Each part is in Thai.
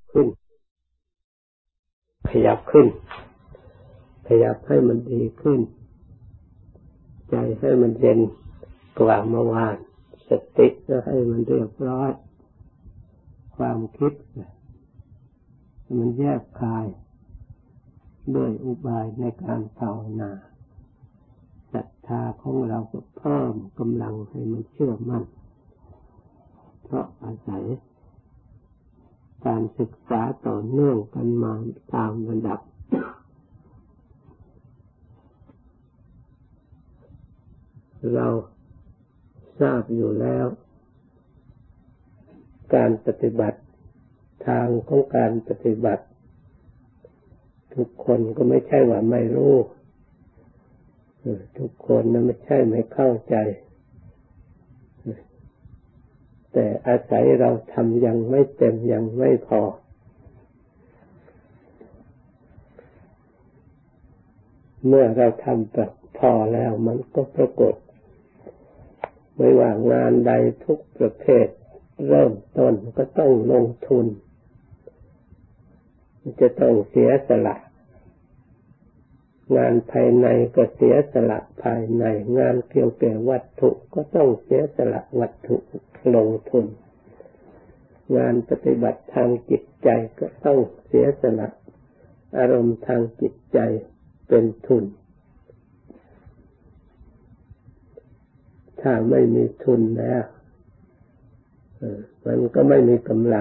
ขึ้นขยับขึ้นขยับให้มันดีขึ้นใจให้มันเย็นกว่าเมื่อวานสติก็ให้มันเรียบร้อยความคิดมันแยกคายด้วยอุบายในการภาวนาศรัทธาของเราก็เพิ่มกำลังให้มันเชื่อมั่นเพราะอาศัยการศึกษาต่อเนื่องกันมาตามระดับเราทราบอยู่แล้วการปฏิบัติทางของการปฏิบัติทุกคนก็ไม่ใช่ว่าไม่รู้ทุกคนนะไม่ใช่ไม่เข้าใจแต่อาศัยเราทำยังไม่เต็มยังไม่พอเมื่อเราทำพอแล้วมันก็ปรากฏไม่ว่างานใดทุกประเภทเริ่มต้นก็ต้องลงทุนจะต้องเสียสละงานภายในก็เสียสละภายในงานเกี่ยวกับวัตถุก็ต้องเสียสละวัตถุลงทุนงานปฏิบัติทางจิตใจก็ต้องเสียสละอารมณ์ทางจิตใจเป็นทุนถ้าไม่มีทุนแล้วมันก็ไม่มีกำลัง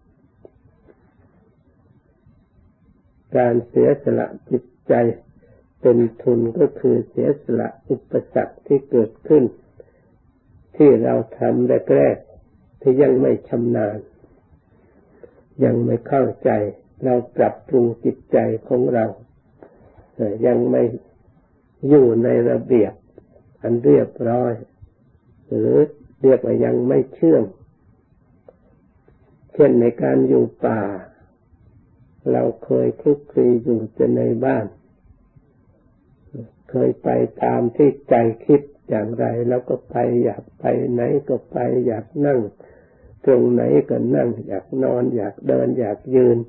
การเสียสละจิตใจเป็นทุนก็คือเสียสละอุปสรรคที่เกิดขึ้นที่เราทำแรกๆที่ยังไม่ชำนาญยังไม่เข้าใจเราปรับปรุงจิตใจของเรายังไม่อยู่ในระเบียบอันเรียบร้อยหรือเรียกว่ายังไม่เชื่องเช่นในการอยู่ป่าเราเคยคลุกคลีอยู่แต่ในบ้านเคยไปตามที่ใจคิดอย่างไรแล้วก็ไปอยากไปไหนก็ไปอยากนั่งตรงไหนก็นั่งอยากนอนอยากเดินอยากยืน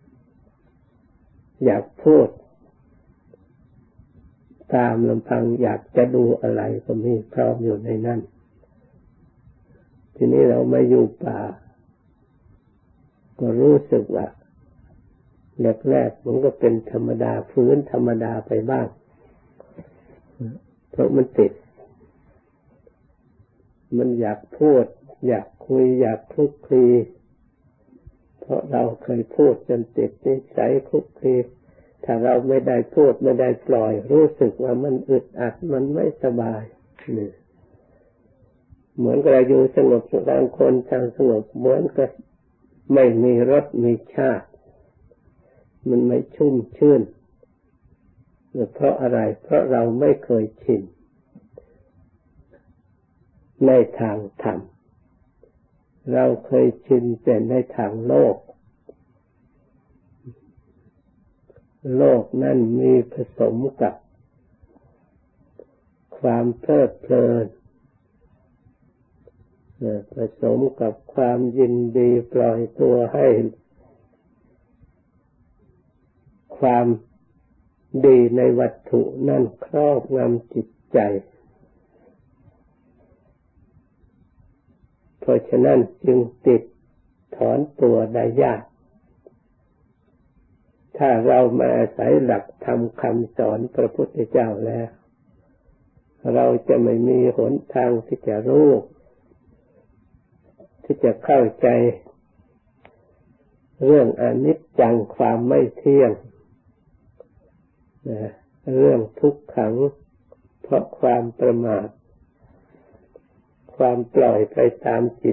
อยากพูดตามลำพังอยากจะดูอะไรก็มีพร้อมอยู่ในนั้นทีนี้เรามาอยู่ป่าก็รู้สึกว่าแรกๆมันก็เป็นธรรมดาพื้นธรรมดาไปบ้างเพราะมันติดมันอยากพูดอยากคุยอยากคลุกคลีเพราะเราเคยพูดจนติดนิสัยคลุกคลีถ้าเราไม่ได้พูดไม่ได้ปล่อยรู้สึกว่ามันอึดอัดมันไม่สบายนี่เหมือนกับเราอยู่สงบบางคนทางสงบเหมือนกับไม่มีรสมีชาติมันไม่ชุ่มชื่นเพราะอะไรเพราะเราไม่เคยชินในทางธรรมเราเคยชินแต่ในทางโลกโลกนั้นมีผสมกับความเพลิดเพลินผสมกับความยินดีปล่อยตัวให้ความดีในวัตถุนั่นครอบงำจิตใจเพราะฉะนั้นจึงติดถอนตัวได้ยากถ้าเรามาอาศัยหลักธรรมคำสอนพระพุทธเจ้าแล้วเราจะไม่มีหนทางที่จะรู้ที่จะเข้าใจเรื่องอนิจจังความไม่เที่ยงเรื่องทุกขังเพราะความประมาทความปล่อยไปตามจิต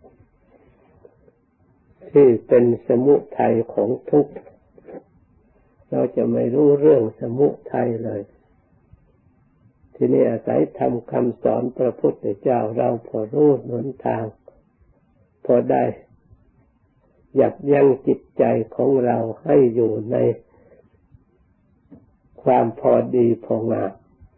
ที่เป็นสมุทัยของทุกข์เราจะไม่รู้เรื่องสมุทัยเลยทีนี้อาศัยทำคำสอนพระพุทธเจ้าเราพอรู้หนทางพอได้ยับยั้งจิตใจของเราให้อยู่ในความพอดีพองาม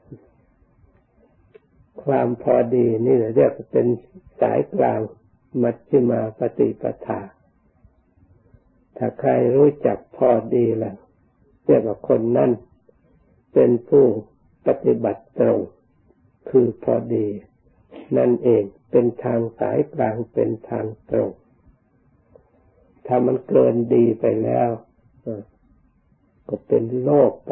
ความพอดีนี่เรียกเป็นสายกลางมัชฌิมาปฏิปทาถ้าใครรู้จักพอดีแล้วเรียกว่าคนนั้นเป็นผู้ปฏิบัติตรงคือพอดีนั่นเองเป็นทางสายกลางเป็นทางตรงถ้ามันเกินดีไปแล้วก็เป็นโลกไป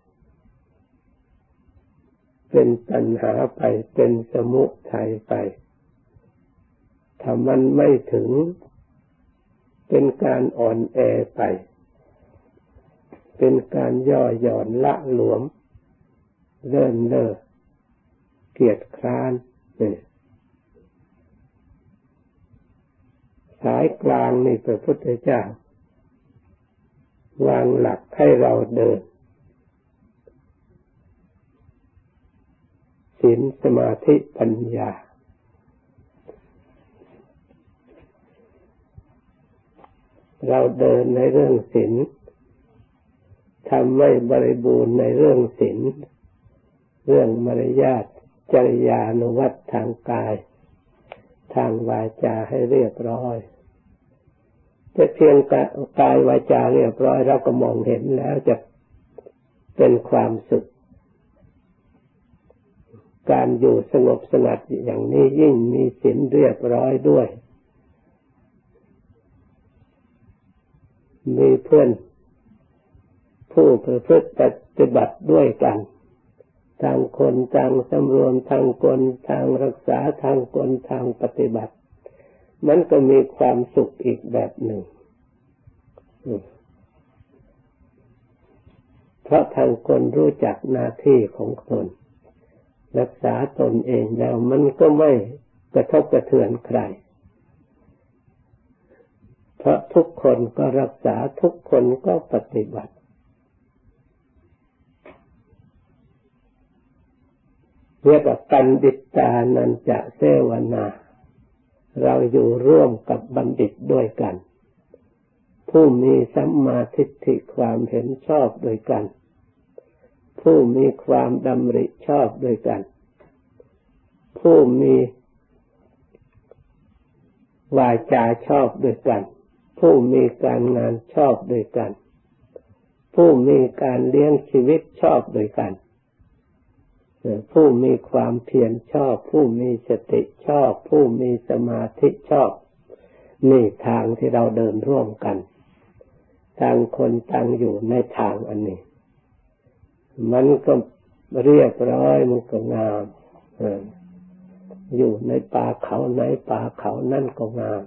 เป็นปัญหาไปเป็นสมุทัยไปถ้ามันไม่ถึงเป็นการอ่อนแอไปเป็นการย่อหย่อนละหลวมเลิ่นเล่อเกียจคร้านสายกลางนี่พระพุทธเจ้าวางหลักให้เราเดินศีลสมาธิปัญญาเราเดินในเรื่องศีลทำไม่บริบูรณ์ในเรื่องศีลเรื่องมารยาทจริยานุวัตทางกายทางวาจาให้เรียบร้อยจะเพียงกายวาจาเรียบร้อยเราก็มองเห็นแล้วจะเป็นความสุขการอยู่สงบสงัดอย่างนี้ยิ่งมีศีลเรียบร้อยด้วยมีเพื่อนผู้ประพฤติปฏิบัติด้วยกันทางคนทางสำรวมทางคนทางรักษาทางคนทางปฏิบัติมันก็มีความสุขอีกแบบหนึ่งเพราะทางคนรู้จักหน้าที่ของตนรักษาตนเองแล้วมันก็ไม่กระทบกระเทือนใครเพราะทุกคนก็รักษาทุกคนก็ปฏิบัติเรียกว่าปัณฑิตานันจะเสวนาเราอยู่ร่วมกับบัณฑิตด้วยกันผู้มีสัมมาทิฏฐิความเห็นชอบด้วยกันผู้มีความดำริชอบด้วยกันผู้มีวาจาชอบด้วยกันผู้มีการงานชอบด้วยกันผู้มีการเลี้ยงชีวิตชอบด้วยกันผู้มีความเพียรชอบผู้มีสติชอบผู้มีสมาธิชอบนี่ทางที่เราเดินร่วมกันต่างคนต่างอยู่ในทางอันนี้มันก็เรียบร้อยมันก็งามอยู่ในป่าเขาไหนป่าเขานั่นก็งาม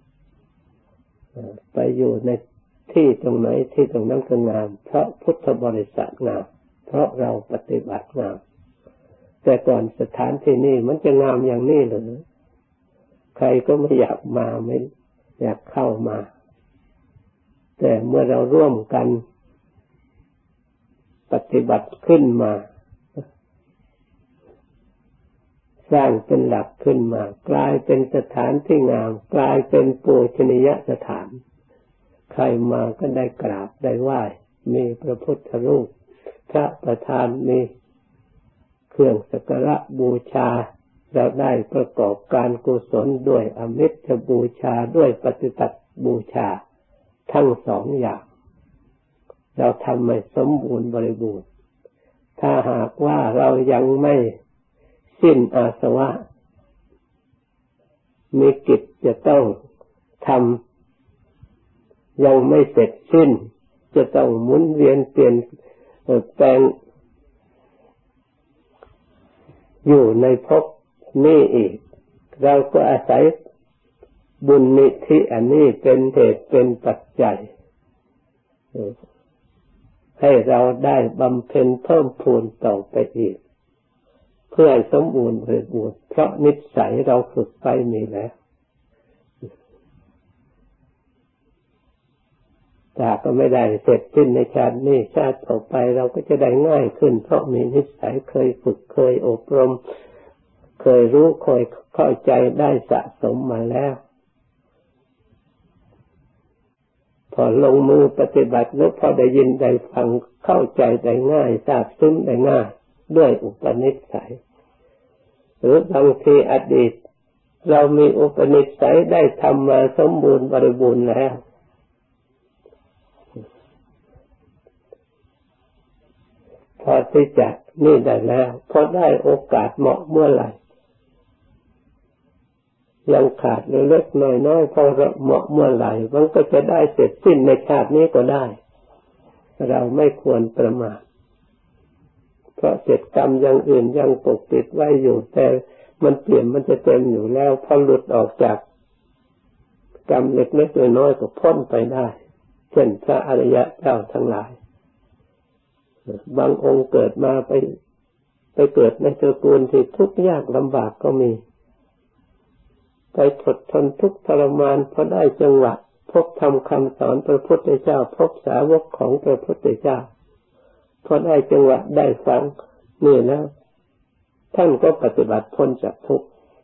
ไปอยู่ในที่ตรงไหนที่ตรงนั้นก็งามเพราะพุทธบริษัทงามเพราะเราปฏิบัติงามแต่ก่อนสถานที่นี้มันจะงามอย่างนี้หรือใครก็ไม่อยากมาไม่อยากเข้ามาแต่เมื่อเราร่วมกันปฏิบัติขึ้นมาสร้างเป็นหลักขึ้นมากลายเป็นสถานที่งามกลายเป็นปูชนียสถานใครมาก็ได้กราบได้ไหว้มีพระพุทธรูปพระประธานมีเครื่องสักการะบูชาเราได้ประกอบการกุศลด้วยอมิตรบูชาด้วยปฏิบัติบูชาทั้งสองอย่างเราทำให้สมบูรณ์บริบูรณ์ถ้าหากว่าเรายังไม่สิ้นอาสวะมีกิจจะต้องทำยังไม่เสร็จสิ้นจะต้องหมุนเวียนเปลี่ยนแปลงอยู่ในภพนี้อีกเราก็อาศัยบุญนิธิอันนี้เป็นเหตุเป็นปัจจัยให้เราได้บำเพ็ญเพิ่มพูนต่อไปอีกเพื่อให้สมบูรณ์บริบูรณ์เพราะนิสัยเราฝึกไปมีแล้วแต่ก็ไม่ได้เสร็จสิ้นในชาตินี้ชาติต่อไปเราก็จะได้ง่ายขึ้นเพราะมีนิสัยเคยฝึกเคยอบรมเคยรู้เคยเข้าใจได้สะสมมาแล้วพอลงมือปฏิบัติแล้วพอได้ยินได้ฟังเข้าใจได้ง่ายทราบซึ้งได้ง่ายด้วยอุปนิสัยหรือบางทีอดีตเรามีอุปนิสัยได้ทำมาสมบูรณ์บริบูรณ์แล้วพอที่จะนี่ได้แล้วพอได้โอกาสเหมาะเมื่อไหร่ยังขาดเล็กๆน้อยๆพอเหมาะเมื่อไหร่มันก็จะได้เสร็จสิ้นในชาตินี้ก็ได้เราไม่ควรประมาทเพราะเศษกรรมอย่างอื่นยังปกปิดไว้อยู่แต่มันเปลี่ยนมันจะเต็มอยู่แล้วพอหลุดออกจากกรรมเล็กๆน้อยๆก็พ้นไปได้เช่นพระอริยะเจ้าทั้งหลายบางองค์เกิดมาไปเกิดในตระกูลที่ทุกข์ยากลำบากก็มีไปทนทนทุกข์ทรมานพอได้จังหวะพบธรรมคำสอนพระพุทธเจ้าพบสาวกของพระพุทธเจ้าพอได้จังหวะได้ฟังนี่แล้วท่านก็ปฏิบัติพ้นจากทุกข์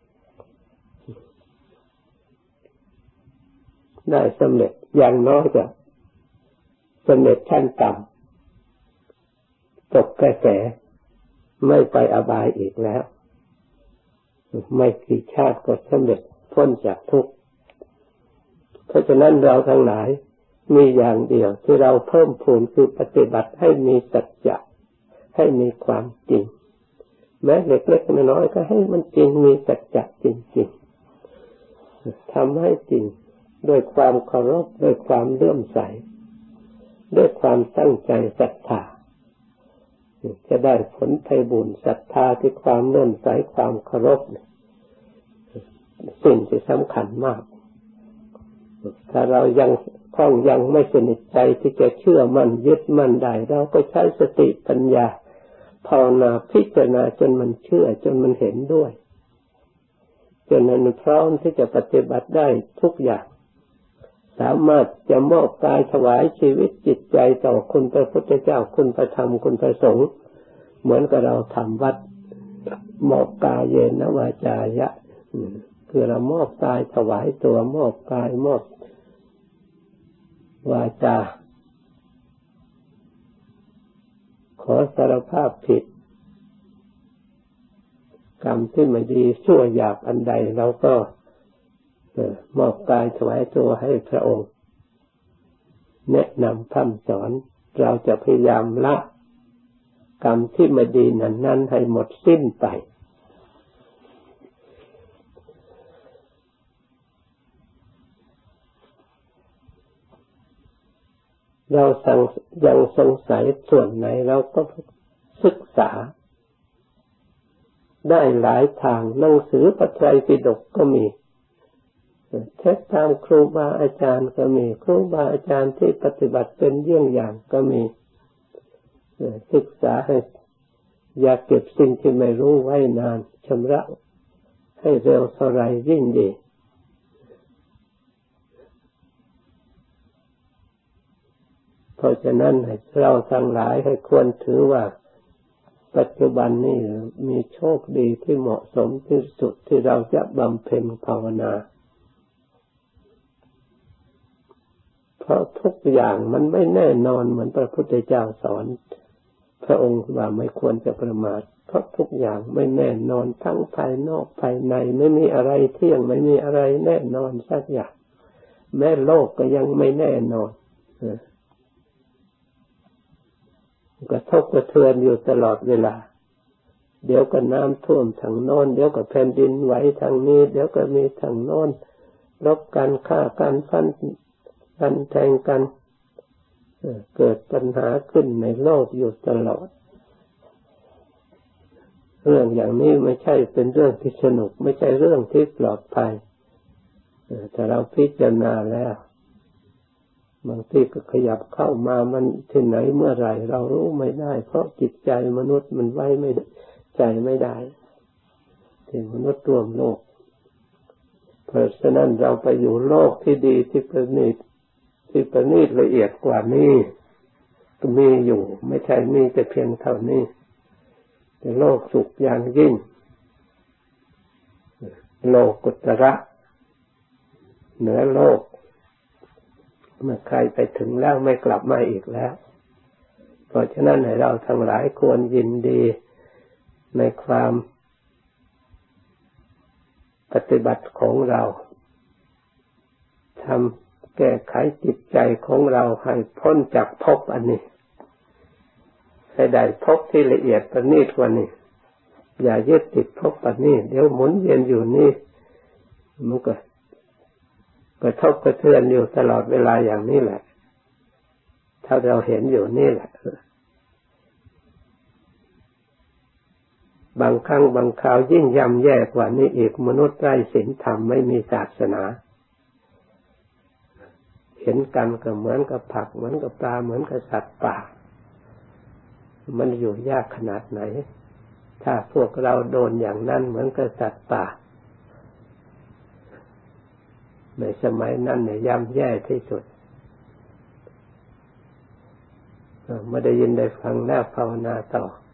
ได้สำเร็จอย่างน้อยก็สำเร็จชั้นต่ำตกกระแสไม่ไปอบายอีกแล้วไม่กี่ชาติก็สำเร็จพ้นจากทุกข์เพราะฉะนั้นเราทั้งหลายมีอย่างเดียวที่เราเพิ่มพูนคือปฏิบัติให้มีสัจจะให้มีความจริงแม้เล็กๆน้อยๆก็ให้มันจริงมีสัจจะจริงๆทำให้จริงด้วยความเคารพด้วยความเลื่อมใสด้วยความตั้งใจศรัทธาจะได้ผลไพบูลย์ศรัทธาที่ความเลื่อมใสความเคารพสิ่งที่สำคัญมากถ้าเรายังไม่สนิทใจที่จะเชื่อมั่นยึดมั่นได้เราก็ใช้สติปัญญาภาวนาพิจารณาจนมันเชื่อจนมันเห็นด้วยจนมันพร้อมที่จะปฏิบัติได้ทุกอย่างสามารถจะมอบกายถวายชีวิตจิตใจต่อคุณพระพุทธเจ้าคุณพระธรรมคุณพระสงฆ์เหมือนกับเราทำวัดมอบกายเยนะวาจายะคือเรามอบกายถวายตัวมอบกายมอบวาจาขอสารภาพผิดกรรมที่ไม่ดีชั่วหยาบอันใดเราก็มอบกายถวายตัวให้พระองค์แนะนำพร่ำสอนเราจะพยายามละกรรมที่ไม่ดีนั้นให้หมดสิ้นไปเรายังสงสัยส่วนไหนเราก็ศึกษาได้หลายทางหนังสือพระไตรปิฎกก็มีเทศตามครูบาอาจารย์ก็มีครูบาอาจารย์ที่ปฏิบัติเป็นเยี่ยงอย่างก็มีศึกษาให้อย่าเก็บสิ่งที่ไม่รู้ไว้นานชำระให้เร็วเท่าไรยิ่งดีเพราะฉะนั้นเราทั้งหลายให้ควรถือว่าปัจจุบันนี้มีโชคดีที่เหมาะสมที่สุดที่เราจะบำเพ็ญภาวนาเพราะทุกอย่างมันไม่แน่นอนเหมือนพระพุทธเจ้าสอนพระองค์ว่าไม่ควรจะประมาทเพราะทุกอย่างไม่แน่นอนทั้งภายนอกภายในไม่มีอะไรเที่ยงไม่มีอะไรแน่นอนสักอย่างแม้โลกก็ยังไม่แน่นอนกระทบกระเทือนอยู่ตลอดเวลาเดี๋ยวก็น้ำท่วมทางโน้นเดี๋ยวก็แผ่นดินไหวทางนี้เดี๋ยวก็มีทางโน้นรบกันฆ่ากันฟันกันแทงกันเกิดปัญหาขึ้นในโลกอยู่ตลอดเรื่องอย่างนี้ไม่ใช่เป็นเรื่องที่สนุกไม่ใช่เรื่องที่ปลอดภัยแต่เราพิจารณาแล้วบางทีก็ขยับเข้ามามันที่ไหนเมื่อไหร่เรารู้ไม่ได้เพราะจิตใจมนุษย์มันไว้ไม่ใจไม่ได้ที่มนุษย์ร่วมโลกเพราะฉะนั้นเราไปอยู่โลกที่ดีที่ประณีตละเอียดกว่านี้ก็มีอยู่ไม่ใช่มีแต่เพียงเท่านี้แต่โลกสุขอย่างยิ่งโลกุตระเหนือโลกเมื่อใครไปถึงแล้วไม่กลับมาอีกแล้วเพราะฉะนั้นให้เราทั้งหลายควรยินดีในความปฏิบัติของเราทำแก้ไขจิตใจของเราให้พ้นจากภพอันนี้ให้ได้พบที่ละเอียดประณีตกว่านี้อย่ายึดติดพบประณีตเดี๋ยวหมุนเวียนอยู่นี่มันก็กระทบกระเทือนอยู่ตลอดเวลาอย่างนี้แหละถ้าเราเห็นอยู่นี่แหละบางครั้งบางคราวยิ่งย่ำแย่กว่านี้อีกมนุษย์ไร้ศีลธรรมไม่มีศาสนาเห็นกันก็เหมือนกับผักเหมือนกับปลาเหมือนกับสัตว์ป่ามันอยู่ยากขนาดไหนถ้าพวกเราโดนอย่างนั้นเหมือนกับสัตว์ป่าในสมัยนั้นเนี่ยย่ำแย่ที่สุดไม่ได้ยินได้ฟังแล้วภาวนาต่อ